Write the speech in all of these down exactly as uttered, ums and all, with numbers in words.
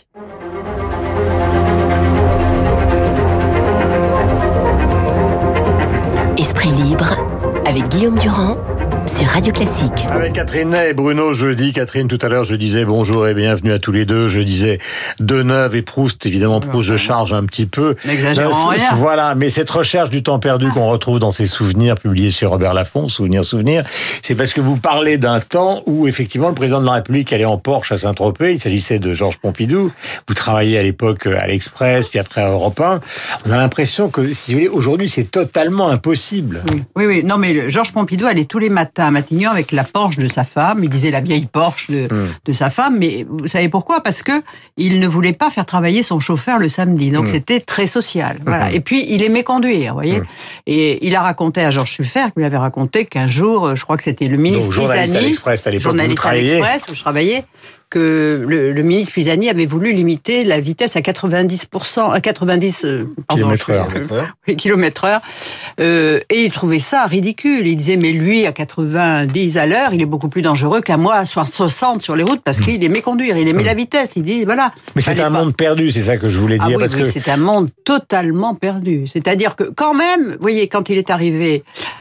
Esprit libre avec Guillaume Durand sur Radio Classique. Avec Catherine Ney et Bruno Jeudi. Catherine, tout à l'heure, je disais bonjour et bienvenue à tous les deux. Je disais Deneuve et Proust. Évidemment, Proust, je charge un petit peu. N'exagérons rien. Voilà, mais cette recherche du temps perdu qu'on retrouve dans ces souvenirs publiés chez Robert Laffont, Souvenirs, Souvenirs, c'est parce que vous parlez d'un temps où, effectivement, le président de la République allait en Porsche à Saint-Tropez. Il s'agissait de Georges Pompidou. Vous travaillez à l'époque à l'Express, puis après à Europe un. On a l'impression que, si vous voulez, aujourd'hui, c'est totalement impossible. Oui, oui, oui. Non, mais le Georges Pompidou allait tous les matins à Matignon avec la Porsche de sa femme. Il disait la vieille Porsche de, mmh. de sa femme. Mais vous savez pourquoi ? Parce que il ne voulait pas faire travailler son chauffeur le samedi. Donc, mmh. c'était très social. Voilà. Mmh. Et puis, il aimait conduire, vous voyez. Mmh. Et il a raconté à Georges Suffer, qu'il lui avait raconté qu'un jour, je crois que c'était le ministre Donc, journaliste Pisani, à l'Express, à l'époque, journaliste à l'Express, où je travaillais, que le, le ministre Pisani avait voulu limiter la vitesse à quatre-vingt-dix pour cent, à quatre-vingt-dix kilomètres heure. Oui, kilomètres heure. Euh, et il trouvait ça ridicule. Il disait, mais lui, à quatre-vingt-dix à l'heure, il est beaucoup plus dangereux qu'à moi à soixante sur les routes parce qu'il aimait conduire, il aimait mmh. la vitesse. Il dit, voilà. Mais c'est un pas... monde perdu, c'est ça que je voulais dire. Ah oui, parce oui, que... c'est un monde totalement perdu. C'est-à-dire que, quand même, vous voyez, quand il est arrivé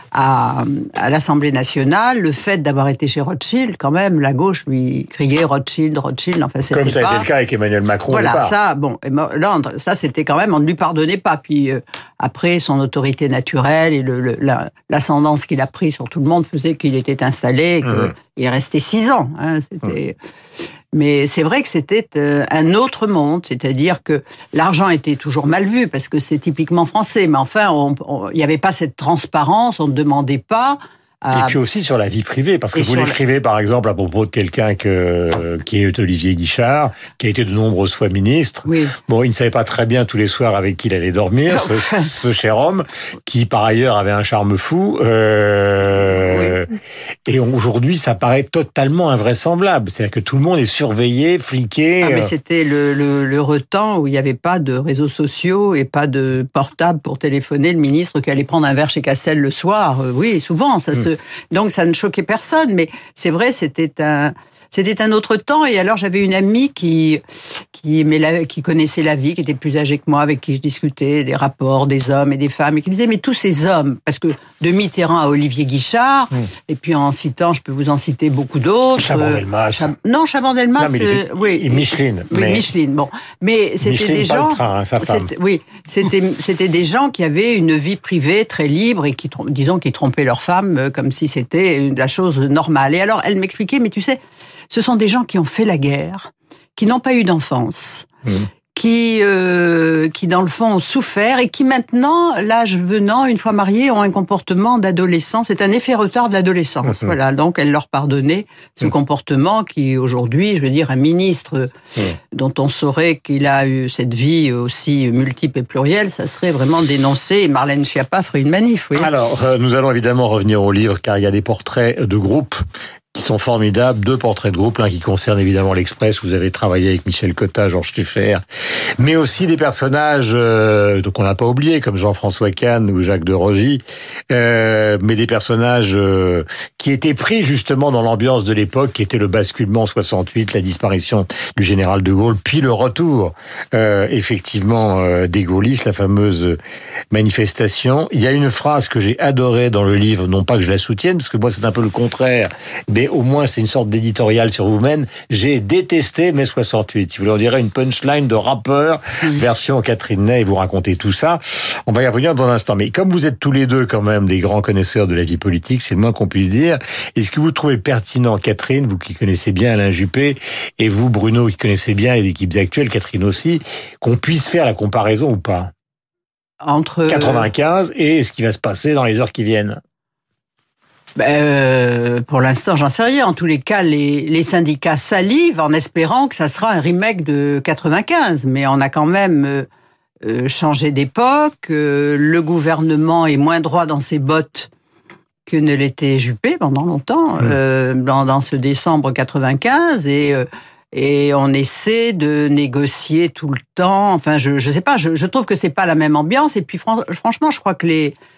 à, à l'Assemblée nationale, le fait d'avoir été chez Rothschild, quand même, la gauche lui criait Rothschild, Rothschild, enfin, c'était Comme ça pas... a été le cas avec Emmanuel Macron. Voilà, ça, bon, là, ça, c'était quand même, on ne lui pardonnait pas. Puis, euh, après, son autorité naturelle et le, le, la, l'ascendance qu'il a pris sur tout le monde faisait qu'il était installé, qu'il mmh. est resté six ans. Hein, c'était... Mmh. Mais c'est vrai que c'était un autre monde, c'est-à-dire que l'argent était toujours mal vu, parce que c'est typiquement français, mais enfin, il n'y avait pas cette transparence, on ne demandait pas... Et puis aussi sur la vie privée, parce que vous l'écrivez, la... par exemple, à propos de quelqu'un que, qui est Olivier Guichard, qui a été de nombreuses fois ministre. Oui. Bon, il ne savait pas très bien tous les soirs avec qui il allait dormir, ce, ce cher homme, qui par ailleurs avait un charme fou. Euh, oui. Et aujourd'hui, ça paraît totalement invraisemblable. C'est-à-dire que tout le monde est surveillé, fliqué. Ah, mais c'était le, le, le temps où il n'y avait pas de réseaux sociaux et pas de portable pour téléphoner le ministre qui allait prendre un verre chez Castel le soir. Oui, souvent, ça se... Donc ça ne choquait personne, mais c'est vrai, c'était un, c'était un autre temps. Et alors j'avais une amie qui, qui aimait la, qui connaissait la vie, qui était plus âgée que moi, avec qui je discutais des rapports des hommes et des femmes, et qui disait mais tous ces hommes, parce que de Mitterrand à Olivier Guichard, mmh. et puis en citant, je peux vous en citer beaucoup d'autres. Chaban-Delmas. Chab... Non, Chaban-Delmas. Non, était... oui. Et Micheline. Oui, mais... Micheline. Bon, mais c'était Micheline, des gens. Pas le train, hein, sa femme. C'était... Oui, c'était c'était des gens qui avaient une vie privée très libre et qui, disons, qui trompaient leurs femmes comme si c'était la chose normale. Et alors, elle m'expliquait, mais tu sais, ce sont des gens qui ont fait la guerre, qui n'ont pas eu d'enfance, mmh. qui, euh, qui dans le fond ont souffert et qui maintenant, l'âge venant, une fois mariés, ont un comportement d'adolescent. C'est un effet retard de l'adolescence. Mmh. Voilà, donc elle leur pardonnait ce mmh. comportement qui, aujourd'hui, je veux dire, un ministre mmh. dont on saurait qu'il a eu cette vie aussi multiple et plurielle, ça serait vraiment dénoncé et Marlène Schiappa ferait une manif. Oui. Alors, euh, nous allons évidemment revenir au livre car il y a des portraits de groupe qui sont formidables, deux portraits de groupe, l'un qui concerne évidemment l'Express, vous avez travaillé avec Michel Cotta, Georges Suffer, mais aussi des personnages euh, donc on n'a pas oublié, comme Jean-François Kahn ou Jacques de Rogy, euh, mais des personnages euh, qui étaient pris justement dans l'ambiance de l'époque, qui était le basculement soixante-huit, la disparition du général de Gaulle, puis le retour euh, effectivement euh, des gaullistes, la fameuse manifestation. Il y a une phrase que j'ai adorée dans le livre, non pas que je la soutienne, parce que moi c'est un peu le contraire, mais au moins c'est une sorte d'éditorial sur vous-même. J'ai détesté mai soixante-huit. Si vous voulez, on dirait une punchline de rappeur, mmh. version Catherine Ney, et vous racontez tout ça. On va y revenir dans un instant. Mais comme vous êtes tous les deux quand même des grands connaisseurs de la vie politique, c'est le moins qu'on puisse dire, est-ce que vous trouvez pertinent, Catherine, vous qui connaissez bien Alain Juppé, et vous, Bruno, qui connaissez bien les équipes actuelles, Catherine aussi, qu'on puisse faire la comparaison ou pas entre quatre-vingt-quinze et ce qui va se passer dans les heures qui viennent? Ben, euh, pour l'instant, j'en sais rien. En tous les cas, les, les syndicats salivent en espérant que ça sera un remake de quatre-vingt-quinze. Mais on a quand même euh, changé d'époque. Euh, le gouvernement est moins droit dans ses bottes que ne l'était Juppé pendant longtemps, mmh. euh, dans, dans ce décembre quatre-vingt-quinze. Et... Euh, Et on essaie de négocier tout le temps. Enfin, je je sais pas. Je, je trouve que c'est pas la même ambiance. Et puis fran- franchement, je crois que les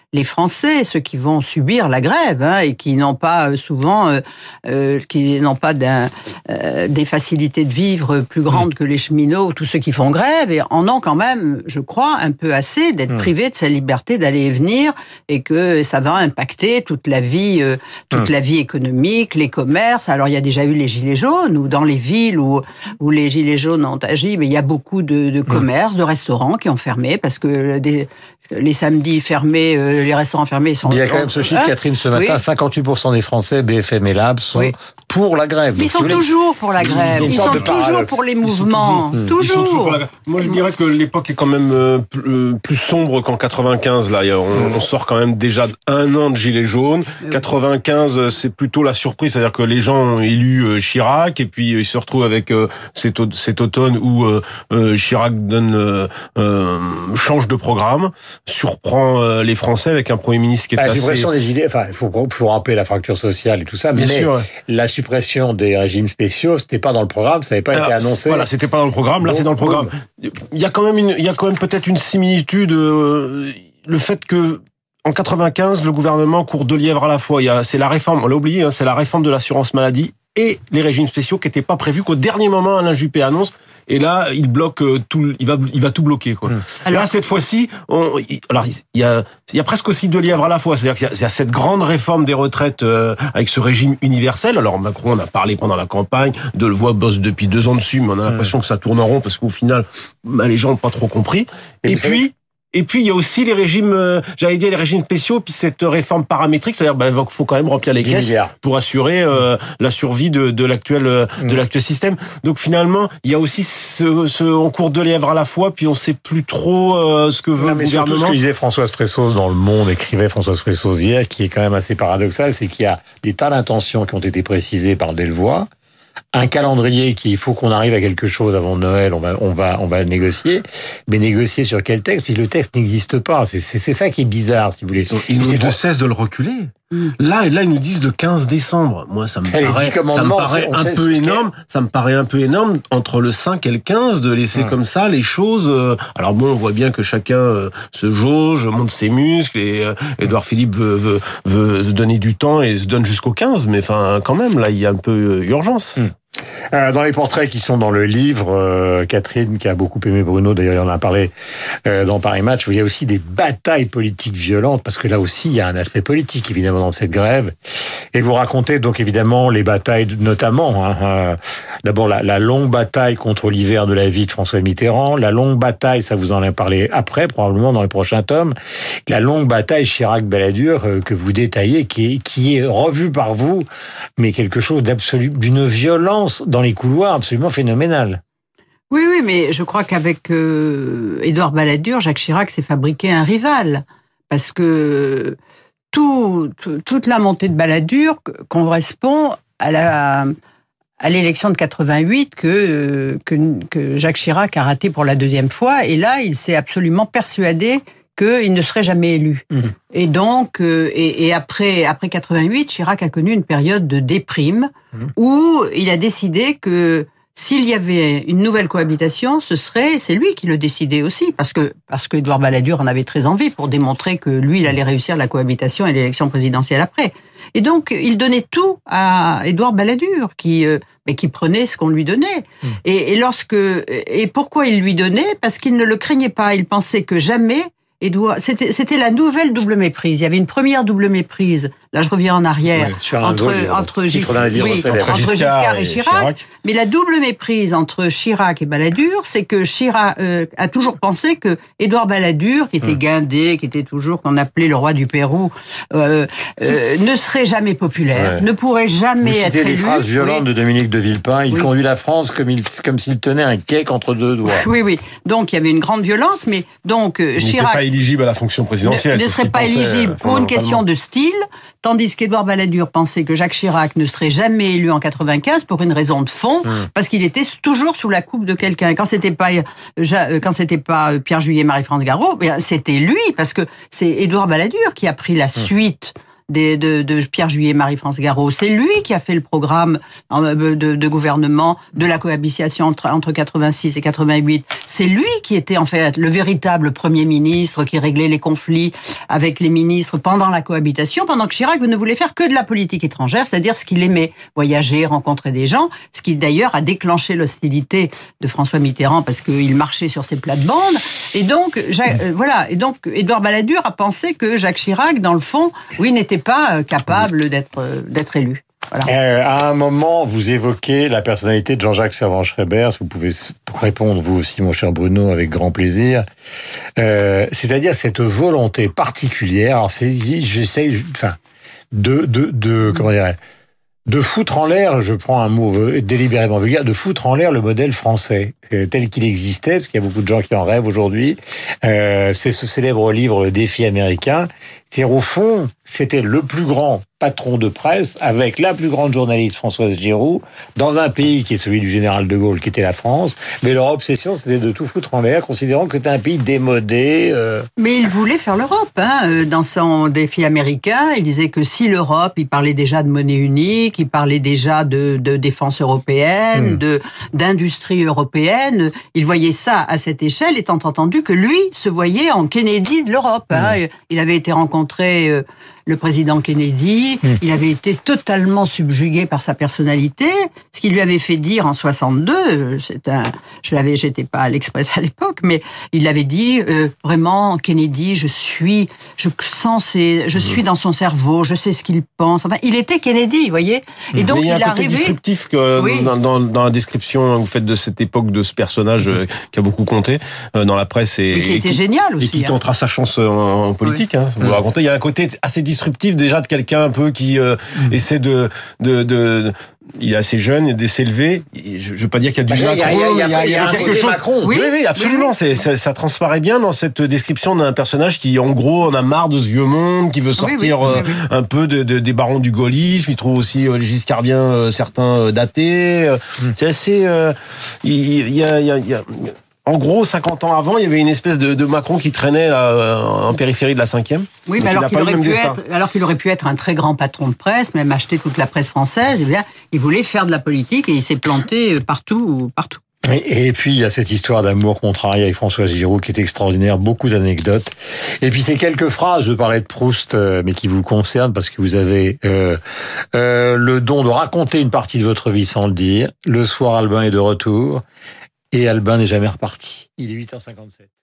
les Français, ceux qui vont subir la grève hein, et qui n'ont pas euh, souvent, euh, euh, qui n'ont pas d'un, euh, des facilités de vivre plus grandes mmh. que les cheminots, tous ceux qui font grève, et en ont quand même, je crois, un peu assez d'être mmh. privés de sa liberté d'aller et venir, et que ça va impacter toute la vie, euh, toute mmh. la vie économique, les commerces. Alors il y a déjà eu les gilets jaunes, ou dans les villes où où les gilets jaunes ont agi, mais il y a beaucoup de, de commerces, mmh. de restaurants qui ont fermé parce que des, les samedis fermés, euh, les restaurants fermés sont... Il y a quand même ce chiffre, hein Catherine, ce matin, oui. cinquante-huit pour cent des Français, B F M et Lab, sont oui. pour la grève. Mais ils sont toujours pour la grève, ils sont toujours pour les mouvements, ils toujours. Ils sont toujours pour la... Moi je dirais que l'époque est quand même euh, plus sombre qu'en quatre-vingt-quinze. Là, on, on sort quand même déjà un an de gilets jaunes. Oui. quatre-vingt-quinze, c'est plutôt la surprise, c'est-à-dire que les gens ont élu Chirac et puis ils se retrouvent avec euh, cet, cet automne où euh, euh, Chirac donne euh, euh, change de programme, surprend euh, les Français avec un Premier ministre qui est la assez... suppression des gilets, enfin, il faut, faut rappeler la fracture sociale et tout ça, Bien mais sûr. la suppression des régimes spéciaux, c'était pas dans le programme, ça n'avait pas Alors, été annoncé. Voilà, c'était pas dans le programme, là Donc, c'est dans le programme. Oui. Il y a quand même une, il y a quand même peut-être une similitude, euh, le fait que en quatre-vingt-quinze, le gouvernement court deux lièvres à la fois. Il y a, c'est la réforme, on l'a oublié, hein, c'est la réforme de l'assurance maladie et les régimes spéciaux qui n'étaient pas prévus, qu'au dernier moment, Alain Juppé annonce. Et là, il bloque tout, il va, il va tout bloquer, quoi. Mmh. Alors, là, cette fois-ci, on, il, alors, il y a, il y a presque aussi deux lièvres à la fois. C'est-à-dire qu'il y a, il y a cette grande réforme des retraites, euh, avec ce régime universel. Alors, Macron, on a parlé pendant la campagne, Delevoye bosse depuis deux ans dessus, mais on a l'impression mmh. que ça tourne en rond parce qu'au final, bah, les gens n'ont pas trop compris. Et, Et puis, savez... Et puis, il y a aussi les régimes, euh, j'allais dire les régimes spéciaux, puis cette réforme paramétrique, c'est-à-dire ben, qu'il faut quand même remplir les caisses pour assurer euh, la survie de, de l'actuel euh, mmh. de l'actuel système. Donc finalement, il y a aussi ce, ce on court deux lièvres à la fois, puis on sait plus trop euh, ce que veut non, le mais gouvernement. Surtout ce que disait Françoise Fressoz dans Le Monde, écrivait Françoise Fressoz hier, qui est quand même assez paradoxal, c'est qu'il y a des tas d'intentions qui ont été précisées par Delevoye. Un calendrier qui il faut qu'on arrive à quelque chose avant Noël, on va on va on va négocier, mais négocier sur quel texte? Puis le texte n'existe pas. C'est c'est, c'est ça qui est bizarre, si vous voulez. Ils n'ont de cesse de le reculer. Mmh. Là là ils nous disent le quinze décembre. Moi ça me paraît ça me paraît un peu énorme. Ça me paraît un peu énorme entre le cinq et le quinze de laisser mmh. comme ça les choses. Alors bon, on voit bien que chacun se jauge, monte ses muscles et Édouard Philippe veut, veut veut se donner du temps et se donne jusqu'au quinze. Mais enfin quand même là il y a un peu urgence. Mmh. Euh, dans les portraits qui sont dans le livre, euh, Catherine, qui a beaucoup aimé Bruno, d'ailleurs il en a parlé euh, dans Paris Match, il y a aussi des batailles politiques violentes, parce que là aussi il y a un aspect politique évidemment dans cette grève. Et vous racontez donc évidemment les batailles, notamment, hein, euh, d'abord la, la longue bataille contre l'hiver de la vie de François Mitterrand, la longue bataille, ça vous en a parlé après, probablement dans les prochains tomes, la longue bataille Chirac-Balladur euh, que vous détaillez, qui est, qui est revue par vous, mais quelque chose d'absolu, d'une violence dans les couloirs absolument phénoménal. Oui, oui, mais je crois qu'avec euh, Édouard Balladur, Jacques Chirac s'est fabriqué un rival. Parce que tout, tout, toute la montée de Balladur correspond à, la, à l'élection de quatre-vingt-huit que, que, que Jacques Chirac a raté pour la deuxième fois. Et là, il s'est absolument persuadé qu'il ne serait jamais élu. Mmh. Et donc, euh, et, et après, après quatre-vingt-huit, Chirac a connu une période de déprime mmh. où il a décidé que s'il y avait une nouvelle cohabitation, ce serait, c'est lui qui le décidait aussi, parce que parce que Édouard Balladur en avait très envie pour démontrer que lui, il allait réussir la cohabitation et l'élection présidentielle après. Et donc, il donnait tout à Édouard Balladur, qui euh, mais qui prenait ce qu'on lui donnait. Mmh. Et, et lorsque et pourquoi il lui donnait? Parce qu'il ne le craignait pas. Il pensait que jamais Édouard, c'était, c'était la nouvelle double méprise. Il y avait une première double méprise. Là, je reviens en arrière. Oui, entre, vol, entre, Gis- oui, entre Giscard, Giscard et, et Chirac. Chirac. Mais la double méprise entre Chirac et Balladur, c'est que Chirac euh, a toujours pensé que Édouard Balladur, qui était hum. guindé, qui était toujours, qu'on appelait le roi du Pérou, euh, euh, ne serait jamais populaire, ouais. ne pourrait jamais Vous être élu. Vous citez les phrases violentes oui. de Dominique de Villepin. Il oui. conduit la France comme, il, comme s'il tenait un cake entre deux doigts. Oui, oui. Donc, il y avait une grande violence, mais donc, il Chirac... pas éligible à la fonction présidentielle. Ne, ne serait pas éligible pour une question de style, tandis qu'Édouard Balladur pensait que Jacques Chirac ne serait jamais élu en quatre-vingt-quinze pour une raison de fond, mmh. parce qu'il était toujours sous la coupe de quelqu'un. Quand c'était pas quand c'était pas Pierre Juillet, Marie-France Garot, c'était lui, parce que c'est Édouard Balladur qui a pris la suite des, de, de Pierre Juillet et Marie-France Garot. C'est lui qui a fait le programme de, de gouvernement de la cohabitation entre, entre quatre-vingt-six et quatre-vingt-huit. C'est lui qui était en fait le véritable Premier ministre qui réglait les conflits avec les ministres pendant la cohabitation, pendant que Chirac ne voulait faire que de la politique étrangère, c'est-à-dire ce qu'il aimait, voyager, rencontrer des gens, ce qui d'ailleurs a déclenché l'hostilité de François Mitterrand parce qu'il marchait sur ses plates-bandes. Et donc, Jacques, euh, voilà. Et donc, Édouard Balladur a pensé que Jacques Chirac, dans le fond, oui, n'était pas capable d'être euh, d'être élu. Voilà. Euh, à un moment, vous évoquez la personnalité de Jean-Jacques Servan-Schreiber. Vous pouvez répondre, vous aussi, mon cher Bruno, avec grand plaisir. Euh, c'est-à-dire cette volonté particulière. Alors, c'est, j'essaye, enfin, de, de, de, comment dirais de foutre en l'air, je prends un mot délibérément vulgaire, de foutre en l'air le modèle français tel qu'il existait, parce qu'il y a beaucoup de gens qui en rêvent aujourd'hui. Euh, c'est ce célèbre livre Le Défi américain. C'est au fond, c'était le plus grand patron de presse avec la plus grande journaliste Françoise Giroud dans un pays qui est celui du général de Gaulle, qui était la France. Mais leur obsession, c'était de tout foutre en l'air, considérant que c'était un pays démodé. Euh... Mais il voulait faire l'Europe. Hein. Dans son Défi américain, il disait que si l'Europe, il parlait déjà de monnaie unique, il parlait déjà de, de défense européenne, mmh. de d'industrie européenne. Il voyait ça à cette échelle, étant entendu que lui se voyait en Kennedy de l'Europe. Mmh. Hein. Il avait été rencontré euh, le président Kennedy, mmh. il avait été totalement subjugué par sa personnalité, ce qui lui avait fait dire en soixante-deux, c'est un, je l'avais, j'étais pas à l'Express à l'époque, mais il avait dit euh, vraiment Kennedy, je suis, je sens ses, je mmh. suis dans son cerveau, je sais ce qu'il pense. Enfin, il était Kennedy, vous voyez. Et donc mais il y a il un côté arrivé... disruptif que oui. dans, dans, dans la description que vous faites de cette époque de ce personnage mmh. qui a beaucoup compté euh, dans la presse et, mais qui était et qui, génial aussi, et qui hein. tentera sa chance en, en politique. Oui. Hein, vous mmh. racontez, il y a un côté assez disruptif déjà de quelqu'un un peu qui euh, mmh. essaie de, de, de, de il est assez jeune et s'élever. Je ne veux pas dire qu'il y a du bah, Macron, il y a, il y a, il y a, il y a, il y a quelque chose. Macron. Oui, oui, oui, absolument. Oui, oui. C'est, ça, ça transparaît bien dans cette description d'un personnage qui, en gros, en a marre de ce vieux monde, qui veut sortir oui, oui, oui, oui. un peu de, de, des barons du gaullisme. Il trouve aussi les Giscardiens euh, certains euh, datés. Mmh. C'est assez. Euh, il y a, il y a, il y a En gros, cinquante ans avant, il y avait une espèce de, de Macron qui traînait là, en périphérie de la cinquième. Oui, mais alors qu'il, aurait pu être, alors qu'il aurait pu être un très grand patron de presse, même acheter toute la presse française, eh bien, il voulait faire de la politique et il s'est planté partout, partout. Et puis, il y a cette histoire d'amour contrarié avec Françoise Giroud qui est extraordinaire, beaucoup d'anecdotes. Et puis, ces quelques phrases, je parlais de Proust, mais qui vous concernent parce que vous avez euh, euh, le don de raconter une partie de votre vie sans le dire. Le soir, Albin est de retour. Et Albin n'est jamais reparti. Il est huit heures cinquante-sept.